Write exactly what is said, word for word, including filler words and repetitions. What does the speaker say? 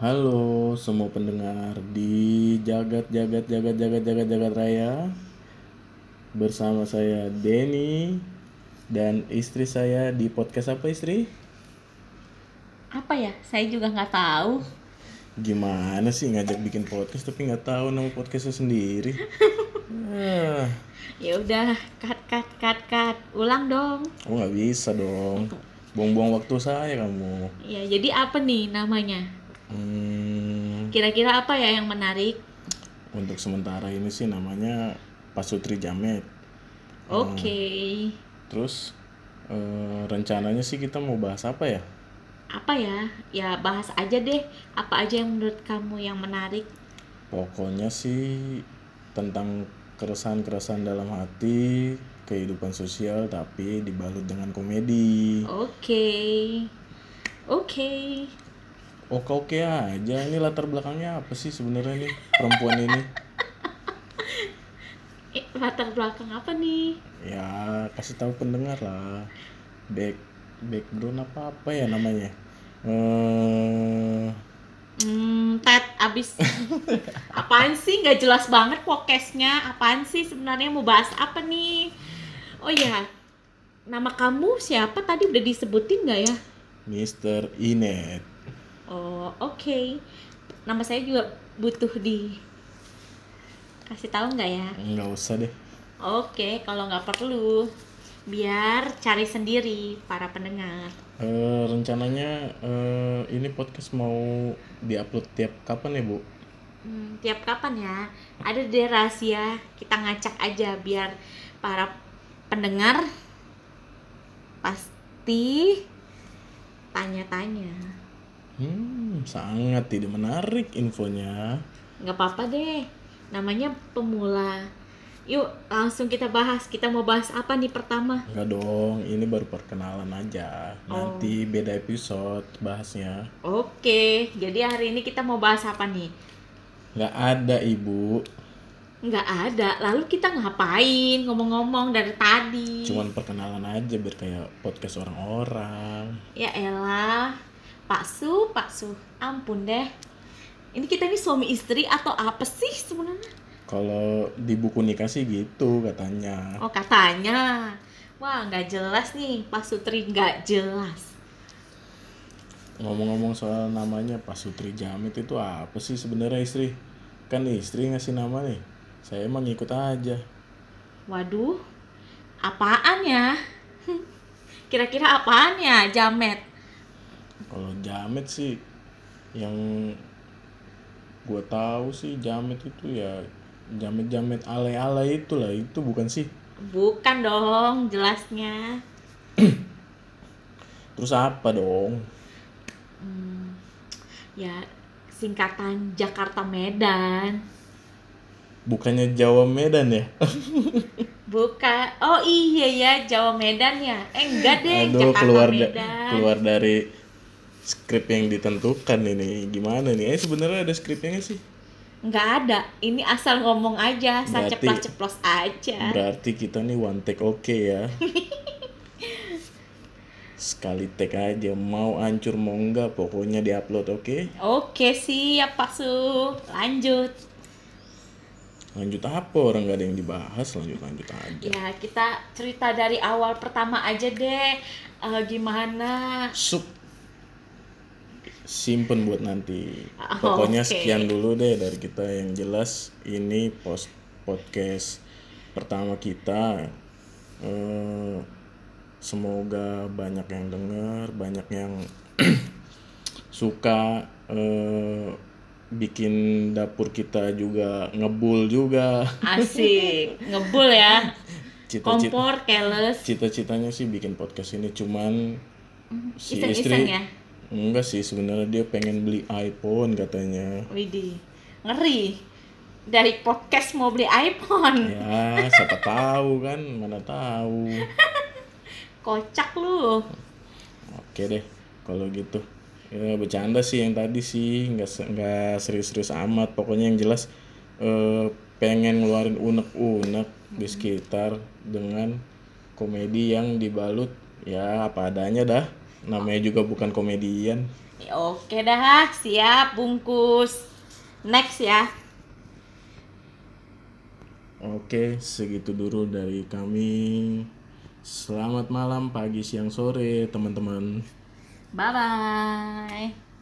Halo semua pendengar di jagat jagat jagat jagat jagat jagat raya. Bersama saya Denny dan istri saya di podcast apa istri? Apa ya? Saya juga nggak tahu. Gimana sih ngajak bikin podcast tapi nggak tahu nama podcastnya sendiri? Ah, Ya udah, cut cut cut cut. Ulang dong. oh nggak bisa dong. Buang-buang waktu saya kamu. Ya, jadi apa nih namanya? Hmm, Kira-kira apa ya yang menarik? untuk sementara ini sih namanya Pasutri Jamet. Oke. Terus eh, rencananya sih kita mau bahas apa ya? Apa ya? Ya bahas aja deh. Apa aja yang menurut kamu yang menarik? Pokoknya sih tentang keresahan-keresahan dalam hati, kehidupan sosial tapi dibalut dengan komedi. Oke. Oke. Oke-oke aja. Ini latar belakangnya apa sih sebenarnya nih perempuan ini? Eh, latar belakang apa nih? Ya kasih tahu pendengar lah. Back background apa apa ya namanya? Eh Hmm, Ted, abis apaan sih? Nggak jelas banget podcastnya. Apaan sih sebenarnya mau bahas apa nih? Oh ya, nama kamu siapa tadi udah disebutin nggak ya? Mister Inet. Oh, oke. Nama saya juga butuh di kasih tahu nggak ya? Nggak usah deh. Oke, kalau nggak perlu, biar cari sendiri para pendengar. Eh, rencananya eh, ini podcast mau diupload tiap kapan ya Bu? Hmm, tiap kapan ya? Ada deh rahasia, kita ngacak aja biar para pendengar pasti tanya-tanya. Hmm, sangat tidak menarik infonya. Nggak apa-apa deh, namanya pemula. Yuk langsung kita bahas. Kita mau bahas apa nih pertama? Enggak dong, ini baru perkenalan aja. Nanti beda episode bahasnya. Oke, jadi hari ini kita mau bahas apa nih? Nggak ada Ibu, Nggak ada, lalu kita ngapain ngomong-ngomong dari tadi? cuman perkenalan aja biar kayak podcast orang-orang. Ya elah, Pak Su, Pak Su, ampun deh. Ini kita ini suami istri atau apa sih sebenarnya? Kalau di buku nikah sih gitu katanya. Oh katanya, wah nggak jelas nih, Pak Sutri nggak jelas. Ngomong-ngomong soal namanya Pasutri Jamit itu apa sih sebenarnya istri? Kan istri ngasih nama nih. Saya emang ngikut aja. Waduh, apaan ya? Kira-kira apaan ya, Jamet? Kalau Jamet sih yang gue tahu sih Jamet itu ya Jamet-jamet alay-alay itulah itu bukan sih? Bukan dong, jelasnya. Terus apa dong? Hmm, ya singkatan Jakarta Medan. Bukannya Jawa Medan ya? Bukan. Oh iya ya, Jawa Medan ya. Eh enggak deh, Aduh Jakarta keluar da- Medan. keluar dari skrip yang ditentukan ini gimana nih? Eh sebenarnya ada skripnya nggak sih? Enggak ada. Ini asal ngomong aja, asal Berarti- ceplos-ceplos aja. Berarti kita nih one take oke ya. Sekali take aja, mau hancur mau enggak pokoknya diupload oke. Oke siap Pak Su. Lanjut. Lanjut apa orang nggak ada yang dibahas, lanjut lanjut aja. Ya, kita cerita dari awal pertama aja deh. Eh, gimana? Sup simpen buat nanti. Oh, Pokoknya oke. sekian dulu deh dari kita, yang jelas ini post podcast pertama kita. Eh, semoga banyak yang dengar, banyak yang suka, eh, bikin dapur kita juga ngebul juga. Asik. Ngebul ya. Cita-cita Kompor, keles. cita-citanya sih bikin podcast ini, cuman si Iseng-iseng istri ya. enggak sih, sebenarnya dia pengen beli iPhone katanya. Widih. Ngeri. Dari podcast mau beli iPhone. Ya siapa tahu kan, mana tahu. Kocak lu. Oke deh kalau gitu, ya bercanda sih yang tadi sih, nggak se- nggak serius-serius amat. Pokoknya yang jelas eh, pengen ngeluarin unek-unek di sekitar dengan komedi yang dibalut ya apa adanya dah. Namanya juga bukan komedian. Ya, oke dah, siap bungkus. Next ya. Oke, segitu dulu dari kami. Selamat malam, pagi, siang, sore, teman-teman. Bye bye.